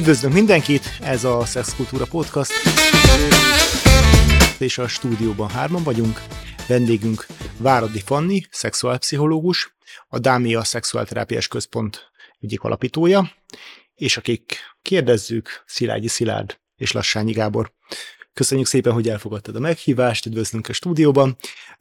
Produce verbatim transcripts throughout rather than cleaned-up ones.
Üdvözlünk mindenkit, ez a Szexkultúra Podcast, és a stúdióban hárman vagyunk. Vendégünk Váradi Fanni, szexuálpszichológus, a Dámia Szexuálterápiás Központ egyik alapítója, és akik kérdezzük, Szilágyi Szilárd és Lassányi Gábor. Köszönjük szépen, hogy elfogadtad a meghívást, üdvözlünk a stúdióban.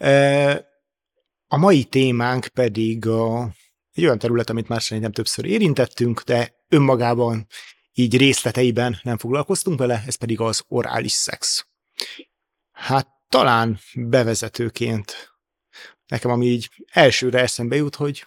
A mai témánk pedig a, egy olyan terület, amit már szerintem többször érintettünk, de önmagában így részleteiben nem foglalkoztunk vele, ez pedig az orális szex. Hát talán bevezetőként nekem, ami így elsőre eszembe jut, hogy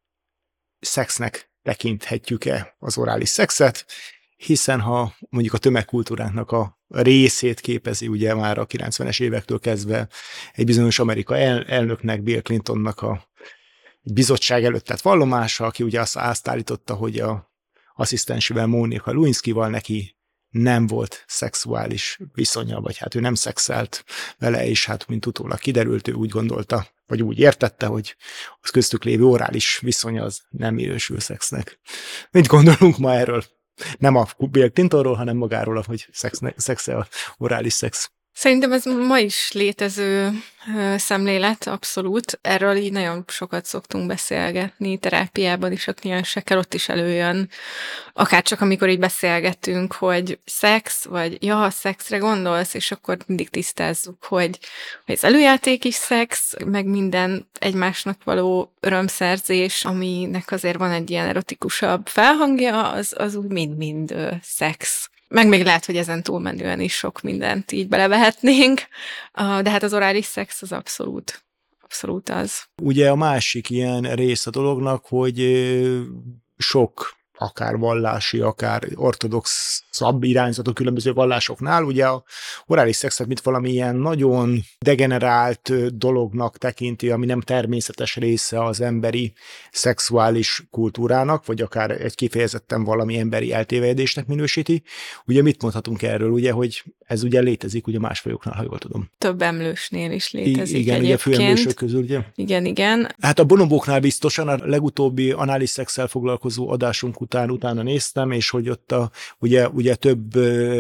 szexnek tekinthetjük-e az orális szexet, hiszen ha mondjuk a tömegkultúránknak a részét képezi ugye már a kilencvenes évektől kezdve egy bizonyos amerikai el, elnöknek, Bill Clintonnak a bizottság előtt tett vallomása, aki ugye azt, azt állította, hogy a asszisztensével, Monica Lewinskyval neki nem volt szexuális viszonya, vagy hát ő nem szexelt vele, és hát mint utólag kiderült, ő úgy gondolta, vagy úgy értette, hogy az köztük lévő orális viszony az nem minősül szexnek. Mit gondolunk ma erről? Nem a Bill Clintonról, hanem magáról, hogy szex a orális szex. Szerintem ez ma is létező szemlélet, abszolút. Erről így nagyon sokat szoktunk beszélgetni terápiában is a kliensekkel, ott is előjön. Akárcsak amikor így beszélgetünk, hogy szex, vagy ja, ha szexre gondolsz, és akkor mindig tisztázzuk, hogy, hogy ez előjáték is szex, meg minden egymásnak való örömszerzés, aminek azért van egy ilyen erotikusabb felhangja, az, az úgy mind-mind ö, szex. Meg még lehet, hogy ezen túlmenően is sok mindent így belevehetnénk, de hát az orális szex az abszolút, abszolút az. Ugye a másik ilyen rész a dolognak, hogy sok akár vallási, akár ortodoxabb irányzatú különböző vallásoknál, ugye a orális szexet mint valami ilyen nagyon degenerált dolognak tekinti, ami nem természetes része az emberi szexuális kultúrának, vagy akár egy kifejezetten valami emberi eltévedésnek minősíti. Ugye mit mondhatunk erről, ugye, hogy ez ugye létezik ugye más fajoknál, ha jól tudom. Több emlősnél is létezik. I- igen, egyébként. ugye főemlősök közül, ugye? Igen, igen. Hát a bonobóknál biztosan, a legutóbbi anális szexsel foglalkozó adásunk után utána néztem, és hogy ott a, ugye, ugye több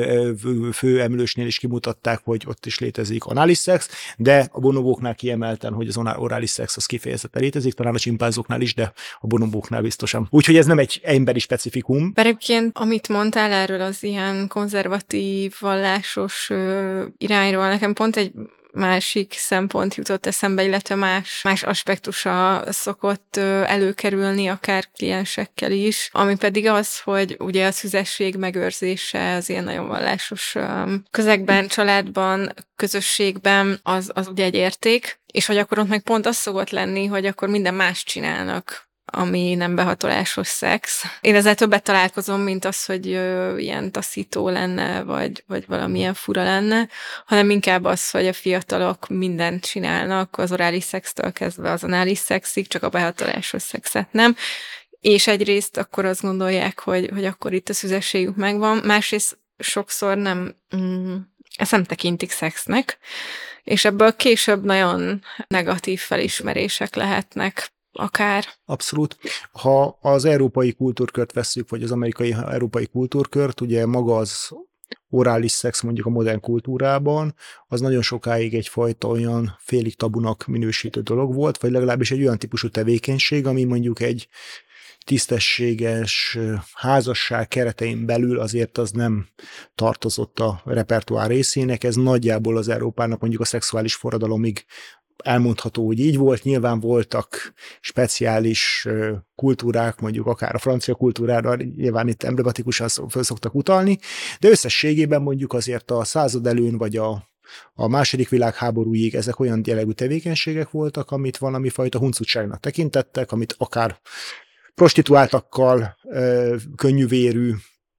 fő emlősnél is kimutatták, hogy ott is létezik anális szex, de a bonobóknál kiemelten, hogy az orális szex az kifejezetten létezik, talán a csimpánzoknál is, de a bonobóknál biztosan. Úgyhogy ez nem egy emberi specifikum. Egyébként, amit mondtál erről az ilyen konzervatív, vallásos ö, irányról, nekem pont egy másik szempont jutott eszembe, illetve más, más aspektusa szokott előkerülni, akár kliensekkel is, ami pedig az, hogy ugye a szüzesség megőrzése az ilyen nagyon vallásos közegben, családban, közösségben az, az ugye egy érték, és hogy akkor ott meg pont az szokott lenni, hogy akkor minden más csinálnak, ami nem behatolásos szex. Én ezzel többet találkozom, mint az, hogy ö, ilyen taszító lenne, vagy, vagy valamilyen fura lenne, hanem inkább az, hogy a fiatalok mindent csinálnak, az orális szextől kezdve az anális szexig, csak a behatolásos szexet nem. És egyrészt akkor azt gondolják, hogy, hogy akkor itt a szüzességük megvan, másrészt sokszor nem, mm, ezt nem tekintik szexnek, és ebből később nagyon negatív felismerések lehetnek. Akár. Abszolút. Ha az európai kultúrkört vesszük, vagy az amerikai európai kultúrkört, ugye maga az orális szex mondjuk a modern kultúrában, az nagyon sokáig egyfajta olyan félig tabunak minősítő dolog volt, vagy legalábbis egy olyan típusú tevékenység, ami mondjuk egy tisztességes házasság keretein belül azért az nem tartozott a repertoár részének, ez nagyjából az Európának mondjuk a szexuális forradalomig elmondható, hogy így volt, nyilván voltak speciális kultúrák, mondjuk akár a francia kultúrára, nyilván itt emblematikusan föl szoktak utalni, de összességében mondjuk azért a század előn, vagy a, a második világháborúig ezek olyan jellegű tevékenységek voltak, amit valami fajta huncutságnak tekintettek, amit akár prostituáltakkal, könnyűvérű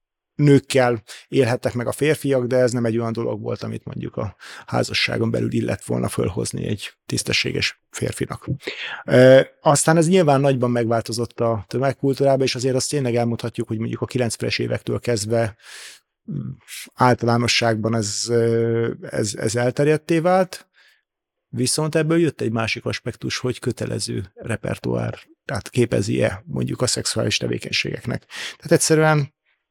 nőkkel élhettek meg a férfiak, de ez nem egy olyan dolog volt, amit mondjuk a házasságon belül illett volna fölhozni egy tisztességes férfinak. E, aztán ez nyilván nagyban megváltozott a tömegkultúrában, és azért azt tényleg elmondhatjuk, hogy mondjuk a kilencvenes évektől kezdve általánosságban ez, ez, ez elterjedté vált, viszont ebből jött egy másik aspektus, hogy kötelező repertoár, tehát képezi-e mondjuk a szexuális tevékenységeknek. Tehát egyszerűen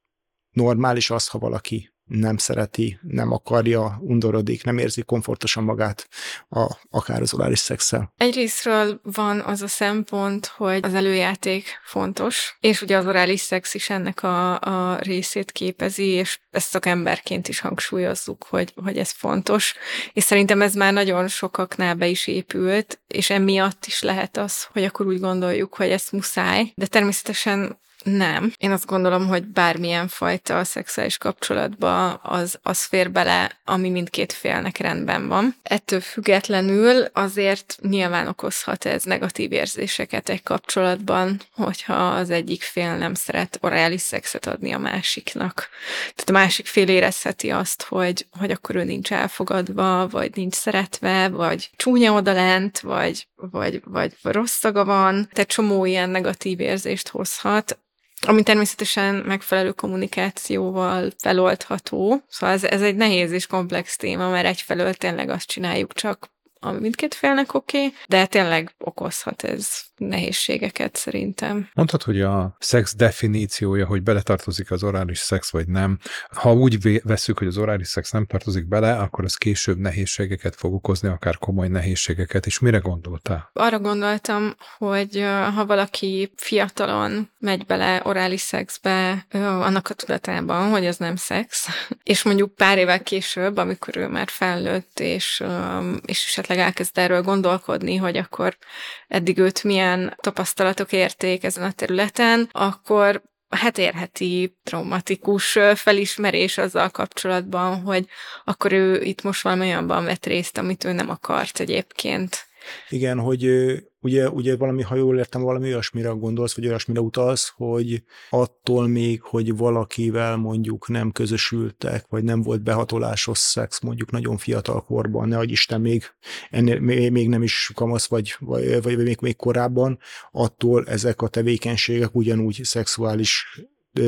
normális az, ha valaki nem szereti, nem akarja, undorodik, nem érzi komfortosan magát a, akár az orális szexszel. Egyrészről van az a szempont, hogy az előjáték fontos, és ugye az orális szex is ennek a, a részét képezi, és ezt szakemberként is hangsúlyozzuk, hogy, hogy ez fontos, és szerintem ez már nagyon sokaknál be is épült, és emiatt is lehet az, hogy akkor úgy gondoljuk, hogy ez muszáj, de természetesen nem. Én azt gondolom, hogy bármilyen fajta szexuális kapcsolatba az, az fér bele, ami mindkét félnek rendben van. Ettől függetlenül azért nyilván okozhat ez negatív érzéseket egy kapcsolatban, hogyha az egyik fél nem szeret orális szexet adni a másiknak. Tehát a másik fél érezheti azt, hogy, hogy akkor ő nincs elfogadva, vagy nincs szeretve, vagy csúnya odalent, vagy, vagy, vagy rossz szaga van. Tehát csomó ilyen negatív érzést hozhat, ami természetesen megfelelő kommunikációval feloldható. Szóval ez, ez egy nehéz és komplex téma, mert egyfelől tényleg azt csináljuk csak, ami mindkét félnek oké, okay, de tényleg okozhat ez nehézségeket szerintem. Mondhatod, hogy a szex definíciója, hogy beletartozik az orális szex, vagy nem. Ha úgy vesszük, hogy az orális szex nem tartozik bele, akkor az később nehézségeket fog okozni, akár komoly nehézségeket, és mire gondoltál? Arra gondoltam, hogy ha valaki fiatalon megy bele orális szexbe, annak a tudatában, hogy az nem szex, és mondjuk pár évvel később, amikor ő már felnőtt, és, és esetleg elkezd erről gondolkodni, hogy akkor eddig őt milyen tapasztalatok érték ezen a területen, akkor hát érheti traumatikus felismerés azzal kapcsolatban, hogy akkor ő itt most valami olyanban vett részt, amit ő nem akart egyébként. Igen, hogy ugye, ugye valami, ha jól értem, valami olyasmire gondolsz, vagy olyasmire utalsz, hogy attól még, hogy valakivel mondjuk nem közösültek, vagy nem volt behatolásos szex mondjuk nagyon fiatal korban, nehogy Isten még, ennél, még nem is kamasz, vagy, vagy, vagy még, még korábban, attól ezek a tevékenységek ugyanúgy szexuális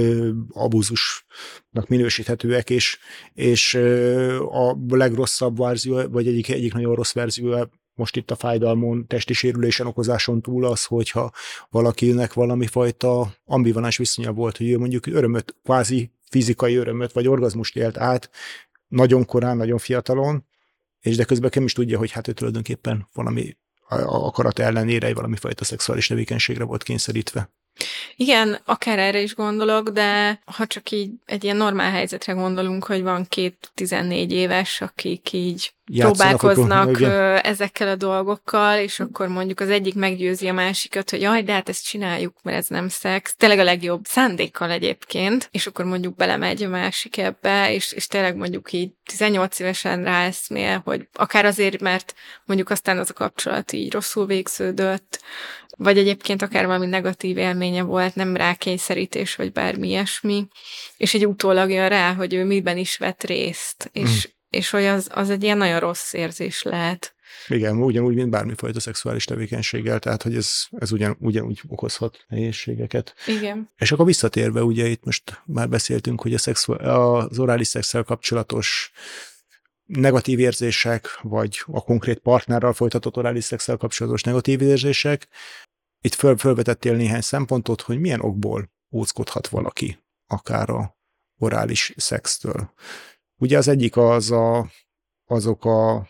abúzusnak minősíthetőek, és, és a legrosszabb verzió, vagy egyik, egyik nagyon rossz verzió most itt a fájdalmon, testi sérülésen okozáson túl az, hogyha valakinek valami fajta ambivalens viszonya volt, hogy ő mondjuk örömöt, kvázi fizikai örömöt, vagy orgazmust élt át nagyon korán, nagyon fiatalon, és de közben nem is tudja, hogy hát ő tulajdonképpen valami akarat ellenére valami fajta szexuális tevékenységre volt kényszerítve. Igen, akár erre is gondolok, de ha csak így egy ilyen normál helyzetre gondolunk, hogy van két tizennégy éves, akik így játszanak, próbálkoznak akkor, ezekkel a dolgokkal, és akkor mondjuk az egyik meggyőzi a másikat, hogy jaj, de hát ezt csináljuk, mert ez nem szex. Tényleg a legjobb szándékkal egyébként, és akkor mondjuk belemegy a másik ebbe, és, és tényleg mondjuk így tizennyolc évesen ráeszmél, hogy akár azért, mert mondjuk aztán az a kapcsolat így rosszul végződött, vagy egyébként akár valami negatív élménye volt, nem rákényszerítés, vagy bármi ilyesmi, és egy utólag jön rá, hogy ő miben is vett részt, és, mm. és hogy az, az egy ilyen nagyon rossz érzés lehet. Igen, ugyanúgy, mint bármifajta szexuális tevékenységgel, tehát hogy ez, ez ugyan, ugyanúgy okozhat nehézségeket. Igen. És akkor visszatérve, ugye itt most már beszéltünk, hogy a szexu- az orális szexszel kapcsolatos negatív érzések, vagy a konkrét partnerrel folytatott orális szexszel kapcsolatos negatív érzések. Itt föl, fölvetettél néhány szempontot, hogy milyen okból óckodhat valaki akár a orális szextől. Ugye az egyik az a, azok a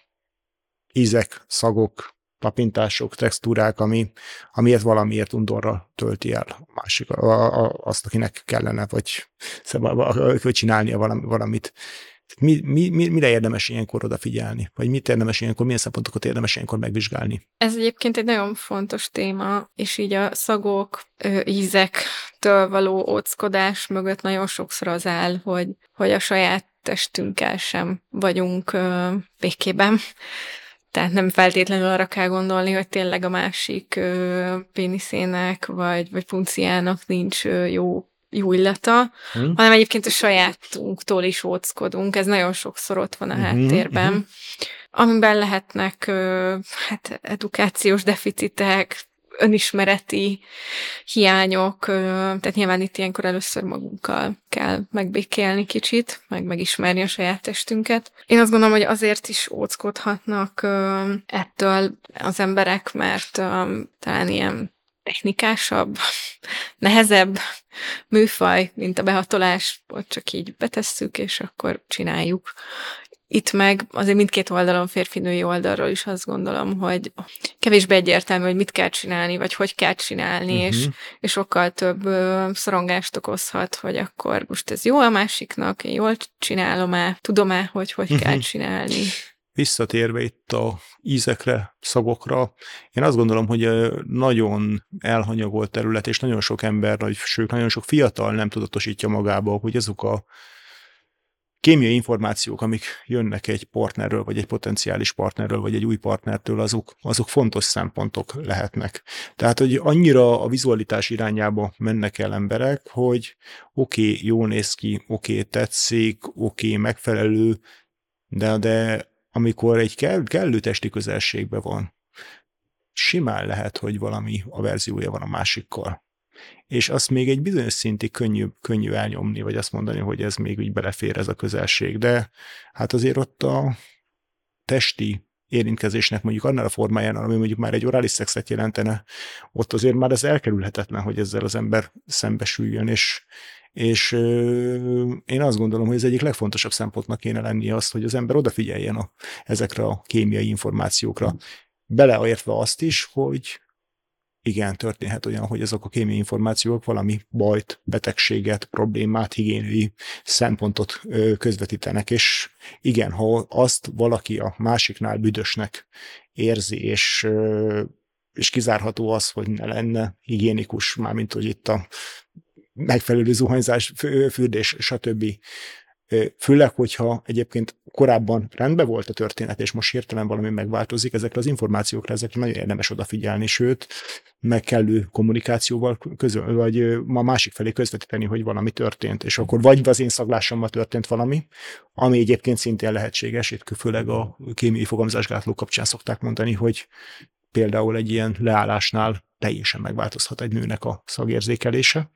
ízek, szagok, tapintások, textúrák, ami, amiért valamiért undorra tölti el a másik, a, a, azt, akinek kellene, vagy, vagy csinálnia valami, valamit. Mi, mi, mi, mire érdemes ilyenkor odafigyelni? Vagy mit érdemes ilyenkor, milyen szempontokat érdemes ilyenkor megvizsgálni? Ez egyébként egy nagyon fontos téma, és így a szagok, ízektől való óckodás mögött nagyon sokszor az áll, hogy, hogy a saját testünkkel sem vagyunk békében. Tehát nem feltétlenül arra kell gondolni, hogy tényleg a másik ö, péniszének vagy, vagy punciának nincs ö, jó, jó illata, hmm. hanem egyébként a sajátunktól is óckodunk. Ez nagyon sokszor ott van a hmm. háttérben. Hmm. Amiben lehetnek ö, hát, edukációs deficitek, önismereti hiányok, ö, tehát nyilván itt ilyenkor először magunkkal kell megbékélni kicsit, meg megismerni a saját testünket. Én azt gondolom, hogy azért is óckodhatnak ö, ettől az emberek, mert ö, talán ilyen technikásabb, nehezebb műfaj, mint a behatolás, ott csak így betesszük, és akkor csináljuk. Itt meg azért mindkét oldalon, férfi-női oldalról is azt gondolom, hogy kevésbé egyértelmű, hogy mit kell csinálni, vagy hogy kell csinálni, uh-huh. és, és sokkal több ö, szorongást okozhat, hogy akkor most ez jó a másiknak, én jól csinálom-e, tudom-e, hogy hogy uh-huh. kell csinálni. Visszatérve itt a ízekre, szagokra, én azt gondolom, hogy nagyon elhanyagolt terület, és nagyon sok ember, sőt, nagyon sok fiatal nem tudatosítja magába, hogy azok a kémiai információk, amik jönnek egy partnerről, vagy egy potenciális partnerről, vagy egy új partnertől, azok, azok fontos szempontok lehetnek. Tehát, hogy annyira a vizualitás irányába mennek el emberek, hogy oké, okay, jól néz ki, oké, okay, tetszik, oké, okay, megfelelő, de, de amikor egy kell, kellő testi közelségben van, simán lehet, hogy valami averziója van a másikkal. És azt még egy bizonyos szintig könnyű, könnyű elnyomni, vagy azt mondani, hogy ez még úgy belefér ez a közelség. De hát azért ott a testi érintkezésnek mondjuk annál a formáján, ami mondjuk már egy orális szexet jelentene, ott azért már ez elkerülhetetlen, hogy ezzel az ember szembesüljön, és, és ö, én azt gondolom, hogy ez egyik legfontosabb szempontnak kéne lennie azt, hogy az ember odafigyeljen a, ezekre a kémiai információkra. Beleértve azt is, hogy igen, történhet olyan, hogy azok a kémiai információk valami bajt, betegséget, problémát, higiéniai szempontot közvetítenek, és igen, ha azt valaki a másiknál büdösnek érzi, és, és kizárható az, hogy ne lenne higiénikus, mármint hogy itt a megfelelő zuhanyzás, fürdés, stb. Főleg, hogyha egyébként korábban rendben volt a történet, és most hirtelen valami megváltozik, ezekre az információkra, ezekre nagyon érdemes odafigyelni, sőt, meg kellő kommunikációval közül, vagy a másik felé közvetíteni, hogy valami történt, és akkor vagy az én szaglásommal történt valami, ami egyébként szintén lehetséges, itt főleg a kémiai fogamzásgátló kapcsán szokták mondani, hogy például egy ilyen leállásnál teljesen megváltozhat egy nőnek a szagérzékelése,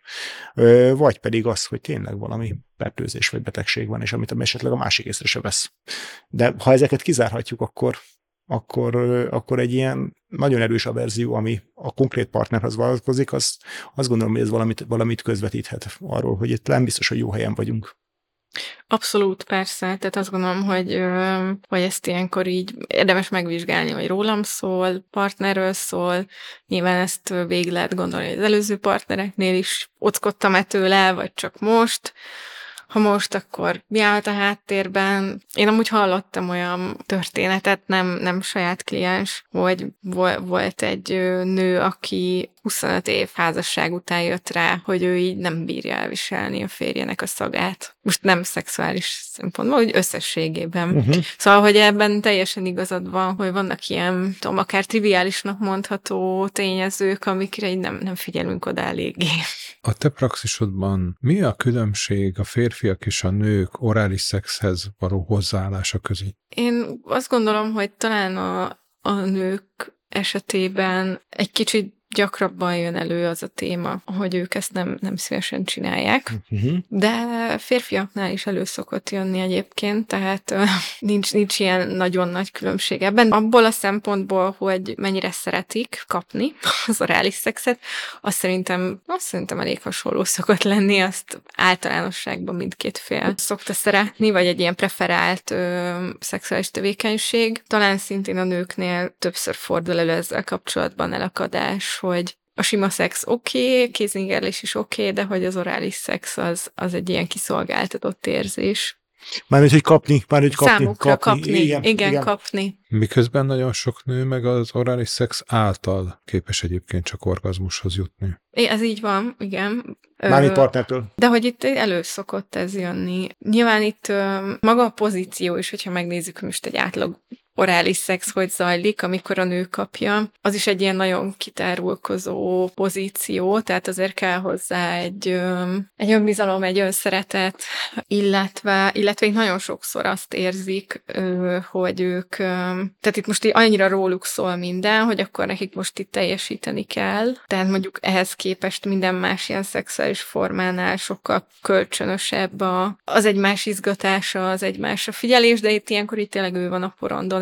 vagy pedig az, hogy tényleg valami fertőzés vagy betegség van, és amit esetleg a másik észre se vesz. De ha ezeket kizárhatjuk, akkor, akkor, akkor egy ilyen nagyon erős averzió, ami a konkrét partnerhez vonatkozik, az, azt gondolom, hogy ez valamit, valamit közvetíthet arról, hogy itt nem biztos, hogy jó helyen vagyunk. Abszolút, persze. Tehát azt gondolom, hogy, hogy ezt ilyenkor így érdemes megvizsgálni, hogy rólam szól, partnerről szól. Nyilván ezt végig lehet gondolni, hogy az előző partnereknél is ockodtam-e tőle, vagy csak most. Ha most, akkor mi állt a háttérben? Én amúgy hallottam olyan történetet, nem, nem saját kliens, hogy volt egy nő, aki huszonöt év házasság után jött rá, hogy ő így nem bírja elviselni a férjének a szagát. Most nem szexuális szempontból, hogy összességében. Uh-huh. Szóval, hogy ebben teljesen igazad van, hogy vannak ilyen, tudom, akár triviálisnak mondható tényezők, amikre így nem, nem figyelünk oda eléggé. A te praxisodban mi a különbség a férfiak és a nők orális szexhez való hozzáállása között? Én azt gondolom, hogy talán a, a nők esetében egy kicsit gyakrabban jön elő az a téma, hogy ők ezt nem, nem szívesen csinálják, uh-huh. de férfiaknál is elő szokott jönni egyébként, tehát uh, nincs, nincs ilyen nagyon nagy különbség ebben. Abból a szempontból, hogy mennyire szeretik kapni az orális szexet, azt szerintem, azt szerintem elég hasonló szokott lenni, azt általánosságban mindkét fél szokta szeretni, vagy egy ilyen preferált ö, szexuális tevékenység. Talán szintén a nőknél többször fordul elő ezzel kapcsolatban elakadás, hogy a sima szex oké, okay, kézingerlés is oké, okay, de hogy az orális szex az, az egy ilyen kiszolgáltatott érzés. Mármint, hogy kapni, mármint, hogy kapni. Számukra kapni, kapni. Igen, igen, igen, kapni. Miközben nagyon sok nő meg az orális szex által képes egyébként csak orgazmushoz jutni. Ez így van, igen. Mármint partnertől. De hogy itt elő szokott ez jönni. Nyilván itt maga a pozíció is, hogyha megnézzük, hogy most egy átlag orális szex hogy zajlik, amikor a nő kapja, az is egy ilyen nagyon kitárulkozó pozíció, tehát azért kell hozzá egy, egy önbizalom, egy önszeretet, illetve, illetve itt nagyon sokszor azt érzik, hogy ők, tehát itt most így annyira róluk szól minden, hogy akkor nekik most itt teljesíteni kell, tehát mondjuk ehhez képest minden más ilyen szexuális formánál sokkal kölcsönösebb a, az egymás izgatása, az egymásra figyelés, de itt ilyenkor itt tényleg ő van a porondon,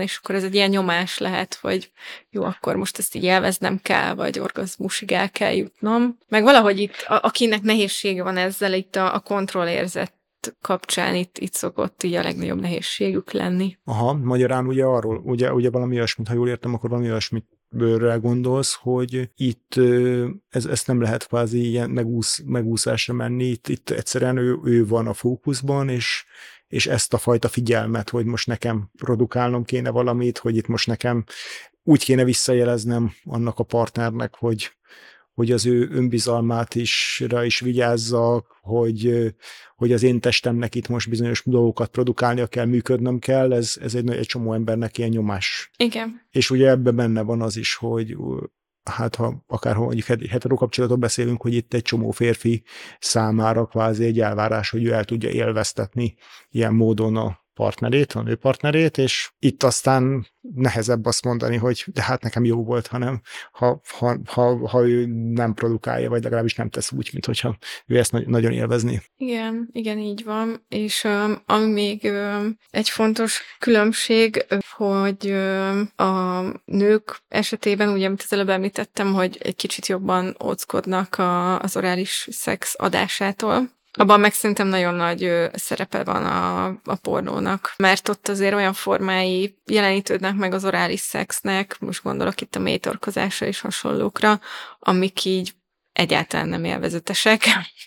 és akkor ez egy ilyen nyomás lehet, hogy jó, akkor most ezt így élveznem kell, vagy orgazmusig el kell jutnom. Meg valahogy itt, a, akinek nehézsége van ezzel, itt a, a kontrollérzet kapcsán itt, itt szokott így a legnagyobb nehézségük lenni. Aha, magyarán ugye arról, ugye, ugye valami olyasmit, ha jól értem, akkor valami olyasmit bőrrel gondolsz, hogy itt ez, ezt nem lehet kvázi ilyen megúsz, megúszásra menni, itt, itt egyszerűen ő, ő van a fókuszban, és, és ezt a fajta figyelmet, hogy most nekem produkálnom kéne valamit, hogy itt most nekem úgy kéne visszajeleznem annak a partnernek, hogy hogy az ő önbizalmát is, rá is vigyázzak, hogy, hogy az én testemnek itt most bizonyos dolgokat produkálnia kell, működnöm kell, ez, ez egy, egy csomó embernek ilyen nyomás. Igen. És ugye ebben benne van az is, hogy hát ha akár mondjuk hetero kapcsolatot beszélünk, hogy itt egy csomó férfi számára kvázi egy elvárás, hogy ő el tudja élveztetni ilyen módon a partnerét, a nő partnerét, és itt aztán nehezebb azt mondani, hogy de hát nekem jó volt, hanem ha, ha, ha, ha ő nem produkálja, vagy legalábbis nem tesz úgy, mint hogyha ő ezt na- nagyon élvezni. Igen, igen, így van. És um, ami még um, egy fontos különbség, hogy um, a nők esetében, ugye, amit az előbb említettem, hogy egy kicsit jobban óckodnak a, az orális szex adásától. Abban meg szerintem nagyon nagy ö, szerepe van a, a pornónak, mert ott azért olyan formái jelenítődnek meg az orális szexnek, most gondolok itt a mélytorkozásra és hasonlókra, amik így egyáltalán nem élvezetesek.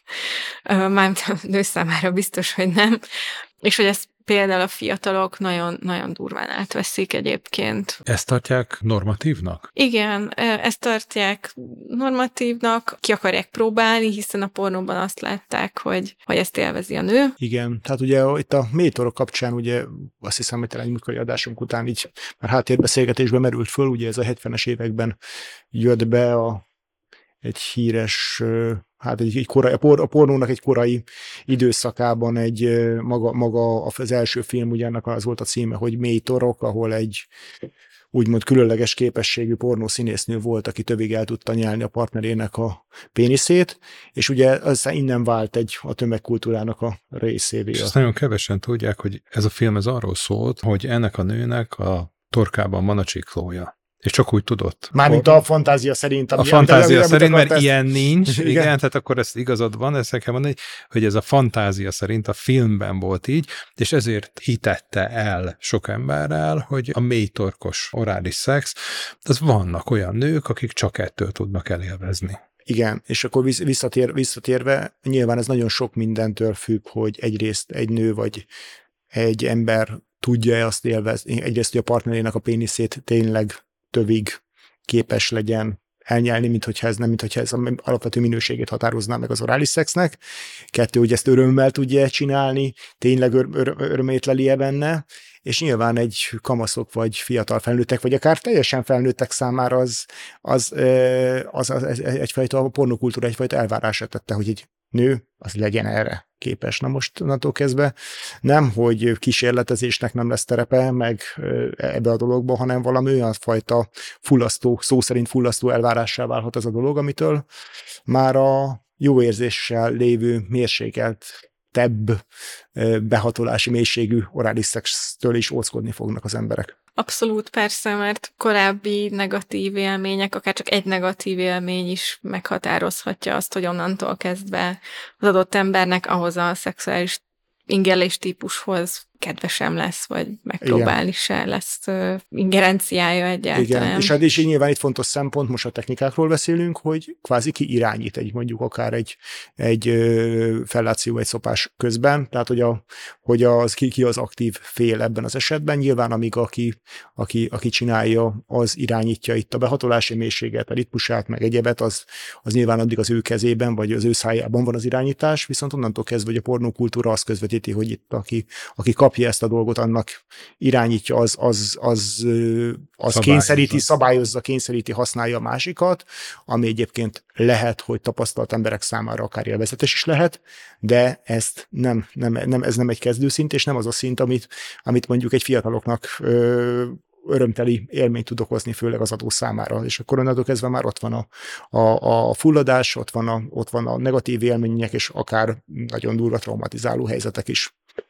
Mármint a nő számára biztos, hogy nem. És hogy ezt például a fiatalok nagyon, nagyon durván átveszik egyébként. Ezt tartják normatívnak? Igen, ezt tartják normatívnak, ki akarják próbálni, hiszen a pornóban azt látták, hogy, hogy ezt élvezi a nő. Igen, tehát ugye itt a mélytorok kapcsán ugye azt hiszem, hogy talán múltkori adásunk után így már háttérbeszélgetésben merült föl, ugye ez a hetvenes években jött be a, egy híres, hát egy, egy korai, a, por, a pornónak egy korai időszakában egy maga, maga az első film, ugye annak az volt a címe, hogy Mély torok, ahol egy úgymond különleges képességű pornószínésznő volt, aki tövig el tudta nyelni a partnerének a péniszét, és ugye az innen vált egy a tömegkultúrának a részévé. És ezt nagyon kevesen tudják, hogy ez a film ez arról szólt, hogy ennek a nőnek a torkában van a csiklója. És csak úgy tudott. Mármint a fantázia szerint. A fantázia de, szerint, mert ezt... ilyen nincs, igen. igen, tehát akkor ezt igazad van, ezt kell mondani, hogy ez a fantázia szerint a filmben volt így, és ezért hitette el sok emberrel, hogy a mélytorkos orális szex, az vannak olyan nők, akik csak ettől tudnak elélvezni. Igen, és akkor visszatér, visszatérve, nyilván ez nagyon sok mindentől függ, hogy egyrészt egy nő vagy egy ember tudja azt élvezni, egyrészt, hogy a partnerének a péniszét tényleg tövig képes legyen elnyelni, mint hogyha ez nem, mint hogyha ez az alapvető minőségét határozná meg az orális szexnek. Kettő, hogy ezt örömmel tudja csinálni, tényleg ör- ör- örömét lelie benne, és nyilván egy kamaszok, vagy fiatal felnőttek, vagy akár teljesen felnőttek számára az, az, az, az, az egyfajta a pornokultúra egyfajta elvárását tette, hogy egy nő az legyen erre képes. Na most onnantól kezdve nem, hogy kísérletezésnek nem lesz terepe, meg ebbe a dologba, hanem valami olyan fajta fullasztó, szó szerint fullasztó elvárássá válhat ez a dolog, amitől már a jó érzéssel lévő mérsékelt tebb behatolási mélységű orális szextől is óckodni fognak az emberek. Abszolút, persze, mert korábbi negatív élmények, akár csak egy negatív élmény is meghatározhatja azt, hogy onnantól kezdve az adott embernek ahhoz a szexuális ingerlés típushoz kedvesem lesz, vagy megpróbálni igen. se lesz uh, ingerenciája egyáltalán. Igen, és hát is nyilván itt fontos szempont, most a technikákról beszélünk, hogy kvázi ki irányít egy, mondjuk akár egy, egy uh, felláció, egy szopás közben, tehát hogy, a, hogy az, ki, ki az aktív fél ebben az esetben, nyilván amíg aki, aki, aki csinálja, az irányítja itt a behatolási mélységet, a ritmusát, meg egyebet, az, az nyilván addig az ő kezében, vagy az ő szájában van az irányítás, viszont onnantól kezdve, hogy a pornókultúra azt közvetíti, hogy itt aki, aki kapja ezt a dolgot, annak irányítja, az, az, az, az kényszeríti, szabályozza, kényszeríti, használja a másikat, ami egyébként lehet, hogy tapasztalt emberek számára akár élvezetes is lehet, de ezt nem, nem, nem, ez nem egy kezdőszint, és nem az a szint, amit, amit mondjuk egy fiataloknak ö, örömteli élményt tud okozni, főleg az adó számára. És akkor onnantól kezdve már ott van a, a, a fulladás, ott van a, ott van a negatív élmények, és akár nagyon durva traumatizáló helyzetek is.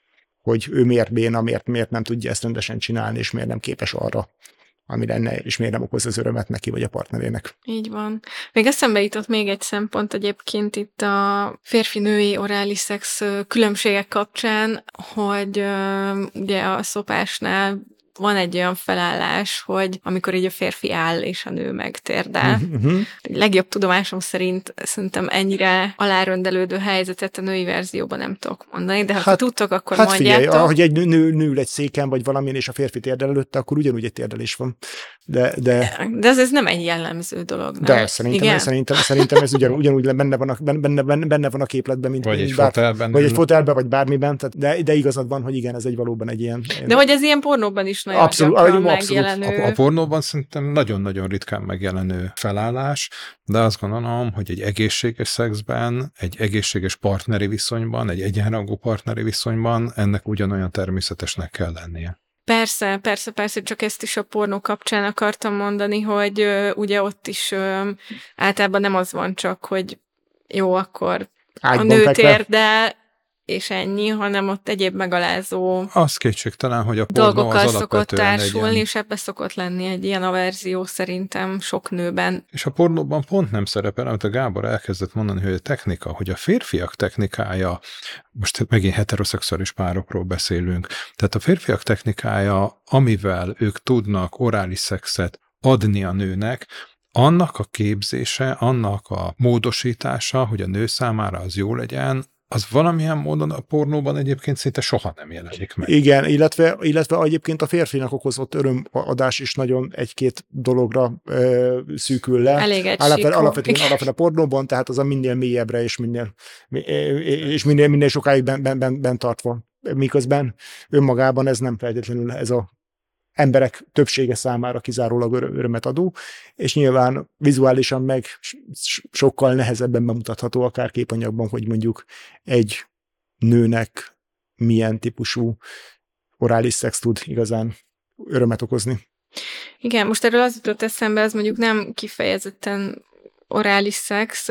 hogy ő miért béna, miért, miért nem tudja ezt rendesen csinálni, és miért nem képes arra, ami lenne, és miért nem okoz az örömet neki, vagy a partnerének. Így van. Még eszembe jutott még egy szempont egyébként itt a férfi-női orális szex különbségek kapcsán, hogy ugye a szopásnál van egy olyan felállás, hogy amikor így a férfi áll, és a nő megtérdel. Uh-huh. Legjobb tudomásom szerint szerintem ennyire alárendelődő helyzetet a női verzióban nem tudok mondani, de ha hát, tudtok, akkor hát mondjátok. Hát figyelj, ahogy egy nő, nő ül egy széken, vagy valamilyen, és a férfi térdel előtte, akkor ugyanúgy egy térdelés van. De, de... de ez, ez nem egy jellemző dolog, nem? De szerintem, szerintem, szerintem ez ugyan, ugyanúgy benne van, a, benne, benne, benne van a képletben, mint vagy egy bár, fotelben. Vagy egy fotelben, vagy bármiben, tehát de, de igazad van, hogy igen, ez egy valóban egy ilyen... De hogy ez ilyen pornóban is nagyon abszolút, gyakran abszolút. megjelenő. A, a pornóban szerintem nagyon-nagyon ritkán megjelenő felállás, de azt gondolom, hogy egy egészséges szexben, egy egészséges partneri viszonyban, egy egyenrangú partneri viszonyban ennek ugyanolyan természetesnek kell lennie. Persze, persze, persze, csak ezt is a pornó kapcsán akartam mondani, hogy ö, ugye ott is ö, általában nem az van csak, hogy jó, akkor ágyban a nő térdel, és ennyi, hanem ott egyéb megalázó az kétségtelen, hogy a pornó dolgokkal az szokott társulni, ilyen... és ebbe szokott lenni egy ilyen averzió szerintem sok nőben. És a pornóban pont nem szerepel, amit a Gábor elkezdett mondani, hogy a technika, hogy a férfiak technikája, most megint heteroszexuális párokról beszélünk, tehát a férfiak technikája, amivel ők tudnak orális szexet adni a nőnek, annak a képzése, annak a módosítása, hogy a nő számára az jó legyen, az valamilyen módon a pornóban egyébként szinte soha nem jelenik meg. Igen, illetve, illetve egyébként a férfinak okozott örömadás is nagyon egy-két dologra ö, szűkül le. Elég egy Alapvetően, alapvetően, alapvetően a pornóban, tehát az a minél mélyebbre és minél, és minél, minél sokáig bent ben, ben, ben tartva. Miközben önmagában ez nem feltétlenül ez a emberek többsége számára kizárólag örömet adó, és nyilván vizuálisan meg sokkal nehezebben bemutatható akár képanyagban, hogy mondjuk egy nőnek milyen típusú orális szex tud igazán örömet okozni. Igen, most erről az jutott eszembe, az mondjuk nem kifejezetten orális szex,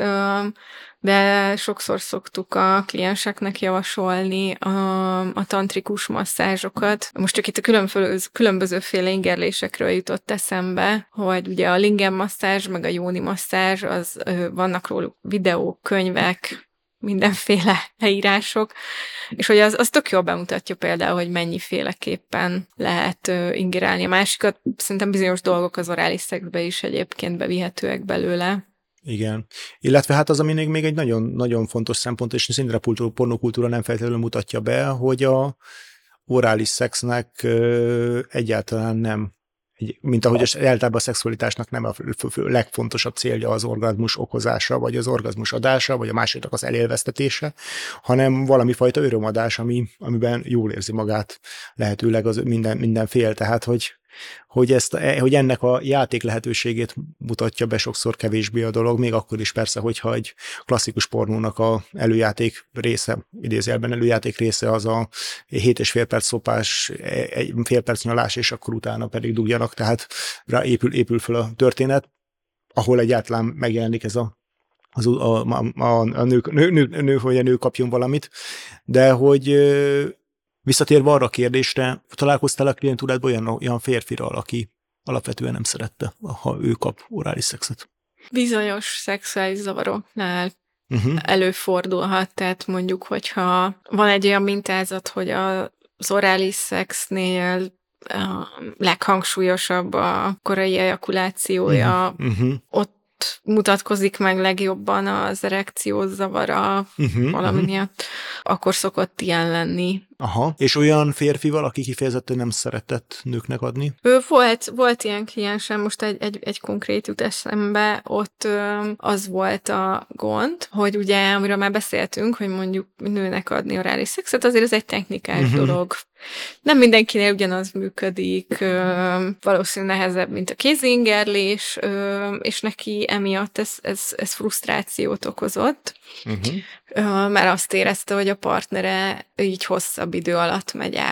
de sokszor szoktuk a klienseknek javasolni a, a tantrikus masszázsokat. Most csak itt a különböző, különbözőféle ingerlésekről jutott eszembe, hogy ugye a lingam masszázs, meg a jóni masszázs, az vannak róluk videók, könyvek, mindenféle leírások, és hogy az, az tök jól bemutatja például, hogy mennyiféleképpen lehet uh, ingerálni a másikat. Szerintem bizonyos dolgok az orális szexbe is egyébként bevihetőek belőle. Igen. Illetve hát az, ami még egy nagyon, nagyon fontos szempont, és szinte a pornókultúra nem feltétlenül mutatja be, hogy a orális szexnek ö, egyáltalán nem, mint ahogy általában a szexualitásnak nem a legfontosabb célja az orgazmus okozása, vagy az orgazmus adása, vagy a másiknak az elélveztetése, hanem valami fajta örömadás, ami, amiben jól érzi magát lehetőleg az minden, minden fél. Tehát, hogy Hogy, ezt, hogy ennek a játék lehetőségét mutatja be sokszor kevésbé a dolog, még akkor is persze, hogyha egy klasszikus pornónak a előjáték része, idézőjelben előjáték része az a hét és fél perc szopás, egy fél perc nyalás, és akkor utána pedig dugjanak, tehát rá épül, épül fel a történet, ahol egyáltalán megjelenik ez a az, a, a, a, a nő, nő, nő, nő, hogy a nő kapjon valamit, de hogy visszatérve arra a kérdésre, találkoztál a klientúrádban olyan, olyan férfiral, aki alapvetően nem szerette, ha ő kap orális szexet? Bizonyos szexuális zavaroknál uh-huh. előfordulhat, tehát mondjuk, hogyha van egy olyan mintázat, hogy az orális szexnél a leghangsúlyosabb a korai ejakulációja, uh-huh. ott mutatkozik meg legjobban az erekció zavara uh-huh, valami uh-huh. miatt, akkor szokott ilyen lenni. Aha. És olyan férfival, aki kifejezetten nem szeretett nőknek adni? Ő volt, volt ilyen kliensem, most egy, egy, egy konkrét jut eszembe, ott ö, az volt a gond, hogy ugye, amiről már beszéltünk, hogy mondjuk nőnek adni orális szexet, azért ez egy technikás uh-huh. dolog. Nem mindenkinél ugyanaz működik, ö, valószínűleg nehezebb, mint a kézingerlés, ö, és neki emiatt ez, ez, ez frusztrációt okozott, uh-huh. ö, mert azt érezte, hogy a partnere így hosszabb idő alatt megy el.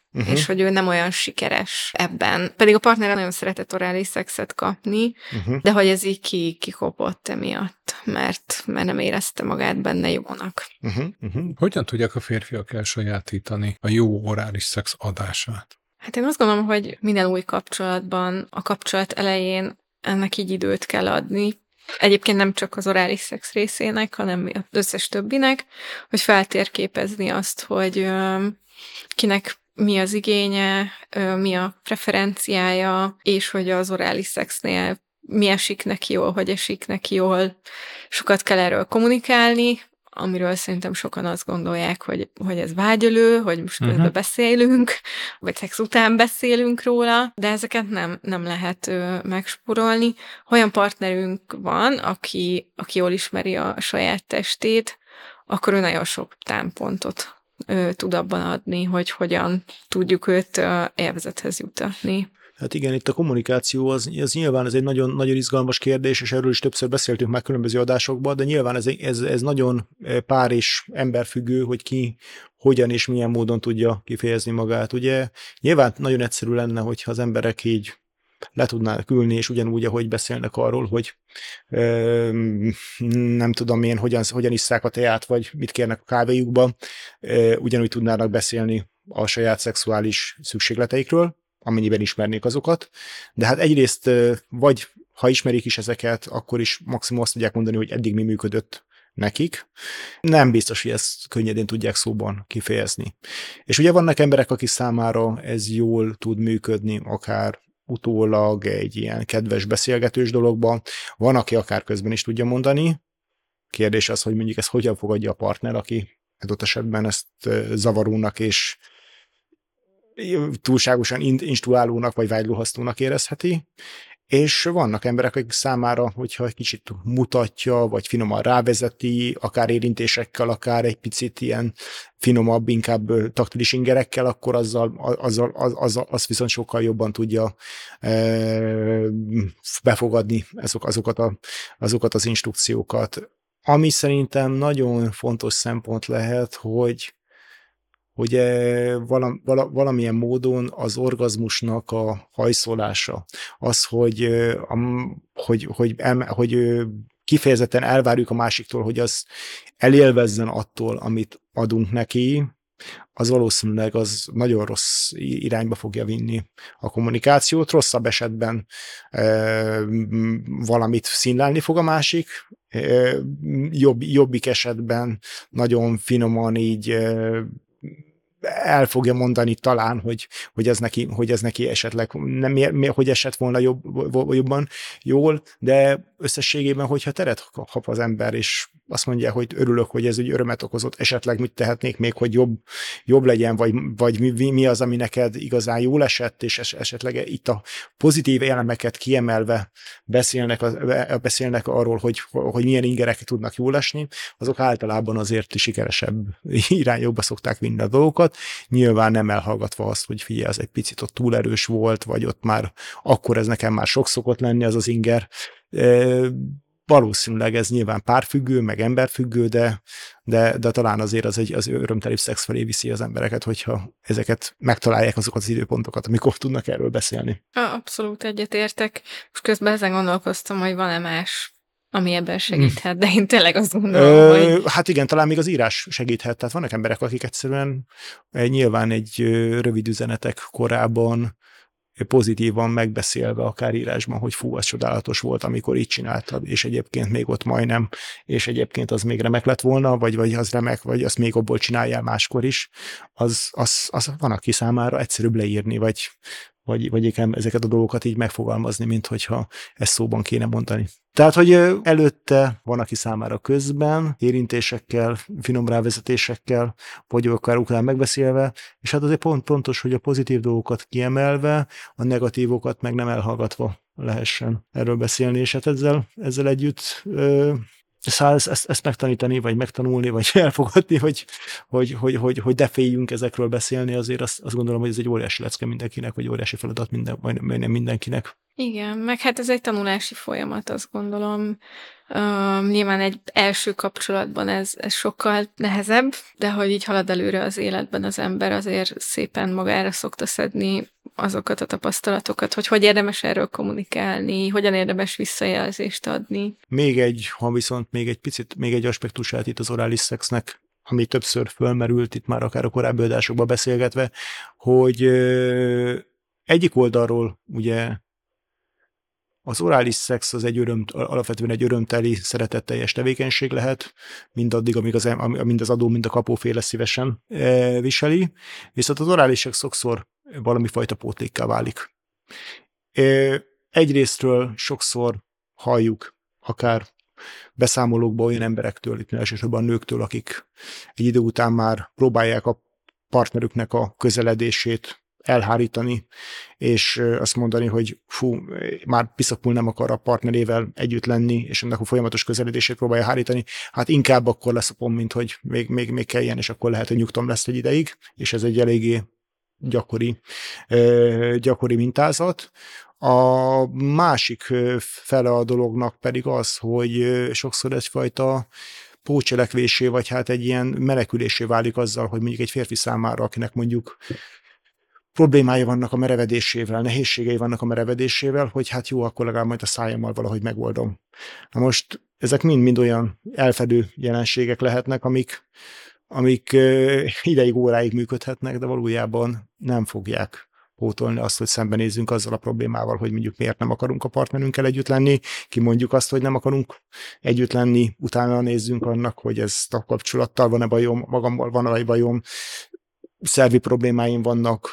uh-huh. és hogy ő nem olyan sikeres ebben. Pedig a partner nagyon szeretett orális szexet kapni, uh-huh. de hogy ez így ki, kikopott emiatt, mert, mert nem érezte magát benne jónak. Uh-huh. Uh-huh. Hogyan tudják a férfiak elsajátítani a jó orális szex adását? Hát én azt gondolom, hogy minden új kapcsolatban, a kapcsolat elején ennek így időt kell adni. Egyébként nem csak az orális szex részének, hanem az összes többinek, hogy feltérképezni azt, hogy ö, kinek mi az igénye, ö, mi a preferenciája, és hogy az orális szexnél mi esik neki jól, hogy esik neki jól. Sokat kell erről kommunikálni, amiről szerintem sokan azt gondolják, hogy, hogy ez vágyölő, hogy most közben uh-huh. beszélünk, vagy szex után beszélünk róla, de ezeket nem, nem lehet ö, megspórolni. Olyan partnerünk van, aki, aki jól ismeri a saját testét, akkor ő nagyon sok támpontot ö, tud abban adni, hogy hogyan tudjuk őt ö, élvezethez jutatni. Hát igen, itt a kommunikáció az, az nyilván ez egy nagyon, nagyon izgalmas kérdés, és erről is többször beszéltünk már különböző adásokban, de nyilván ez, ez, ez nagyon pár és emberfüggő, hogy ki hogyan és milyen módon tudja kifejezni magát. Ugye nyilván nagyon egyszerű lenne, hogyha az emberek így le tudnának ülni, és ugyanúgy, ahogy beszélnek arról, hogy ö, nem tudom én, hogyan, hogyan isszák a teát, vagy mit kérnek a kávéjukba, ö, ugyanúgy tudnának beszélni a saját szexuális szükségleteikről, amennyiben ismernék azokat, de hát egyrészt vagy ha ismerik is ezeket, akkor is maximum azt tudják mondani, hogy eddig mi működött nekik. Nem biztos, hogy ezt könnyedén tudják szóban kifejezni. És ugye vannak emberek, akik számára ez jól tud működni, akár utólag egy ilyen kedves beszélgetős dologban. Van, aki akár közben is tudja mondani. Kérdés az, hogy mondjuk ezt hogyan fogadja a partner, aki adott esetben ezt zavarónak és túlságosan instruálónak vagy vágylóhasztónak érezheti, és vannak emberek, akik számára, hogyha egy kicsit mutatja, vagy finoman rávezeti, akár érintésekkel, akár egy picit ilyen finomabb, inkább taktilis ingerekkel, akkor azzal, azzal, az, az, az viszont sokkal jobban tudja e, befogadni azok, azokat, a, azokat az instrukciókat. Ami szerintem nagyon fontos szempont lehet, hogy hogy valam, valamilyen módon az orgazmusnak a hajszolása, az, hogy, hogy, hogy, el, hogy kifejezetten elvárjuk a másiktól, hogy az elélvezzen attól, amit adunk neki, az valószínűleg az nagyon rossz irányba fogja vinni a kommunikációt. Rosszabb esetben e, valamit színlelni fog a másik, e, jobb, jobbik esetben nagyon finoman így e, el fogja mondani talán, hogy, hogy, ez neki, hogy ez neki esetleg nem, hogy esett volna jobb, jobban jól, de összességében, hogyha teret kap az ember, és azt mondja, hogy örülök, hogy ez úgy örömet okozott, esetleg mit tehetnék még, hogy jobb, jobb legyen, vagy, vagy mi, mi az, ami neked igazán jól esett, és esetleg itt a pozitív elemeket kiemelve beszélnek, beszélnek arról, hogy, hogy milyen ingerek tudnak jól esni, azok általában azért sikeresebb irányokba szokták vinni a dolgokat. Nyilván nem elhallgatva azt, hogy figyelj, az egy picit ott túl erős volt, vagy ott már akkor ez nekem már sok szokott lenni, az az inger. Valószínűleg ez nyilván párfüggő, meg emberfüggő, de, de, de talán azért az egy az örömtelibb szex felé viszi az embereket, hogyha ezeket megtalálják azokat az időpontokat, amikor tudnak erről beszélni. Abszolút egyetértek. Most közben ezen gondolkoztam, hogy van-e más, ami ebben segíthet, de én tényleg azt gondolom, Ö, hogy... Hát igen, talán még az írás segíthet. Tehát vannak emberek, akik egyszerűen nyilván egy rövid üzenetek korában pozitívan megbeszélve akár írásban, hogy fú, az csodálatos volt, amikor így csináltad, és egyébként még ott majdnem, és egyébként az még remek lett volna, vagy, vagy az remek, vagy azt még abból csináljál máskor is, az, az, az van, aki számára egyszerűbb leírni, vagy, vagy, vagy ezeket a dolgokat így megfogalmazni, mint hogyha ezt szóban kéne mondani. Tehát, hogy előtte van, aki számára közben, érintésekkel, finom rávezetésekkel, vagy akár ukrán megbeszélve, és hát azért pont pontos, hogy a pozitív dolgokat kiemelve, a negatívokat meg nem elhallgatva lehessen erről beszélni, és hát ezzel, ezzel együtt ö, Szóval ezt, ezt, ezt megtanítani, vagy megtanulni, vagy elfogadni, vagy, hogy, hogy, hogy, hogy de féljünk ezekről beszélni, azért azt, azt gondolom, hogy ez egy óriási lecke mindenkinek, vagy óriási feladat minden, majdnem mindenkinek. Igen, meg hát ez egy tanulási folyamat, azt gondolom. Uh, nyilván egy első kapcsolatban ez, ez sokkal nehezebb, de hogy így halad előre az életben az ember, azért szépen magára szokta szedni azokat a tapasztalatokat, hogy hogy érdemes erről kommunikálni, hogyan érdemes visszajelzést adni. Még egy, ha viszont még egy picit, még egy aspektusát itt az orális szexnek, ami többször fölmerült, itt már akár a korábbi adásokban beszélgetve, hogy ö, egyik oldalról ugye az orális szex az egy öröm, alapvetően egy örömteli, szeretetteljes tevékenység lehet, mindaddig, amíg az, mind az adó, mind a kapóféle szívesen e, viseli, viszont az orális szex sokszor valami fajta pótlékká válik. E, egyrésztről sokszor halljuk, akár beszámolókban olyan emberektől, itt elsősorban nőktől, akik egy idő után már próbálják a partnerüknek a közeledését elhárítani, és azt mondani, hogy fú, már piszakul nem akar a partnerével együtt lenni, és ennek a folyamatos közeledését próbálja hárítani, hát inkább akkor lesz a pont, mint hogy még, még, még kelljen, és akkor lehet, hogy nyugtom lesz egy ideig, és ez egy eléggé gyakori, gyakori mintázat. A másik fele a dolognak pedig az, hogy sokszor egyfajta pócselekvésé, vagy hát egy ilyen menekülésé válik azzal, hogy mondjuk egy férfi számára, akinek mondjuk problémái vannak a merevedésével, nehézségei vannak a merevedésével, hogy hát jó, akkor legalább majd a szájammal valahogy megoldom. Na most ezek mind-mind olyan elfedő jelenségek lehetnek, amik, amik ideig, óráig működhetnek, de valójában nem fogják pótolni azt, hogy szembenézzünk azzal a problémával, hogy mondjuk miért nem akarunk a partnerünkkel együtt lenni, kimondjuk azt, hogy nem akarunk együtt lenni, utána nézzünk annak, hogy ez a kapcsolattal van-e bajom, magammal van-e bajom, szervi problémáim vannak,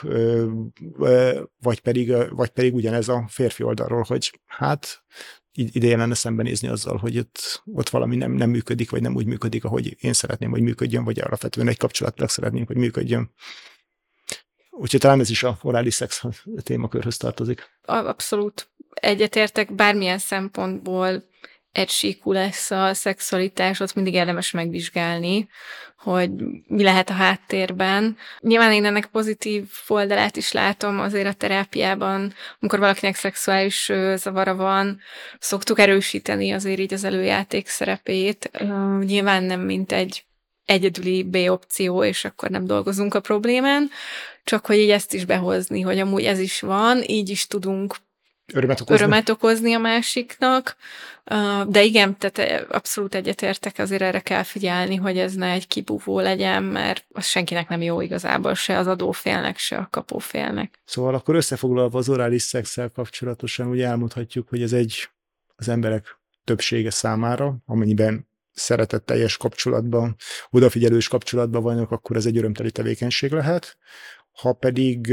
vagy pedig, vagy pedig ugyanez a férfi oldalról, hogy hát ideje lenne szembenézni azzal, hogy ott, ott valami nem, nem működik, vagy nem úgy működik, ahogy én szeretném, hogy működjön, vagy alapvetően egy kapcsolatilag szeretnénk, hogy működjön. Úgyhogy talán ez is a orális szex témakörhöz tartozik. Abszolút egyetértek, bármilyen szempontból egysíkú lesz a szexualitás, ott mindig érdemes megvizsgálni, hogy mi lehet a háttérben. Nyilván én ennek pozitív oldalát is látom azért a terápiában, amikor valakinek szexuális zavara van, szoktuk erősíteni azért így az előjáték szerepét. Nyilván nem mint egy egyedüli B-opció, és akkor nem dolgozunk a problémán, csak hogy így ezt is behozni, hogy amúgy ez is van, így is tudunk Örömet okozni. örömet okozni a másiknak, de igen, tehát abszolút egyetértek, azért erre kell figyelni, hogy ez ne egy kibúvó legyen, mert az senkinek nem jó igazából, se az adófélnek, se a kapófélnek. Szóval akkor összefoglalva az orális szexszel kapcsolatosan ugye elmondhatjuk, hogy ez egy az emberek többsége számára, amennyiben szeretetteljes kapcsolatban, odafigyelős kapcsolatban vannak, akkor ez egy örömteli tevékenység lehet. Ha pedig,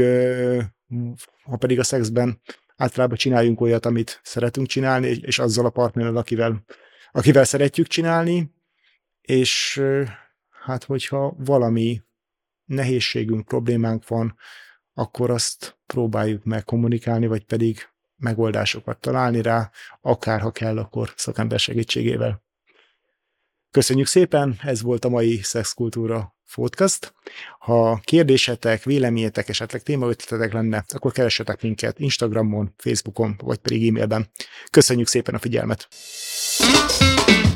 ha pedig a szexben általában csináljunk olyat, amit szeretünk csinálni, és azzal a partnerrel, akivel, akivel szeretjük csinálni, és hát hogyha valami nehézségünk, problémánk van, akkor azt próbáljuk meg kommunikálni, vagy pedig megoldásokat találni rá, akár ha kell, akkor szakember segítségével. Köszönjük szépen, ez volt a mai Szexkultúra podcast. Ha kérdésetek, véleményetek, esetleg témaötletetek lenne, akkor keressetek minket Instagramon, Facebookon, vagy pedig e-mailben. Köszönjük szépen a figyelmet!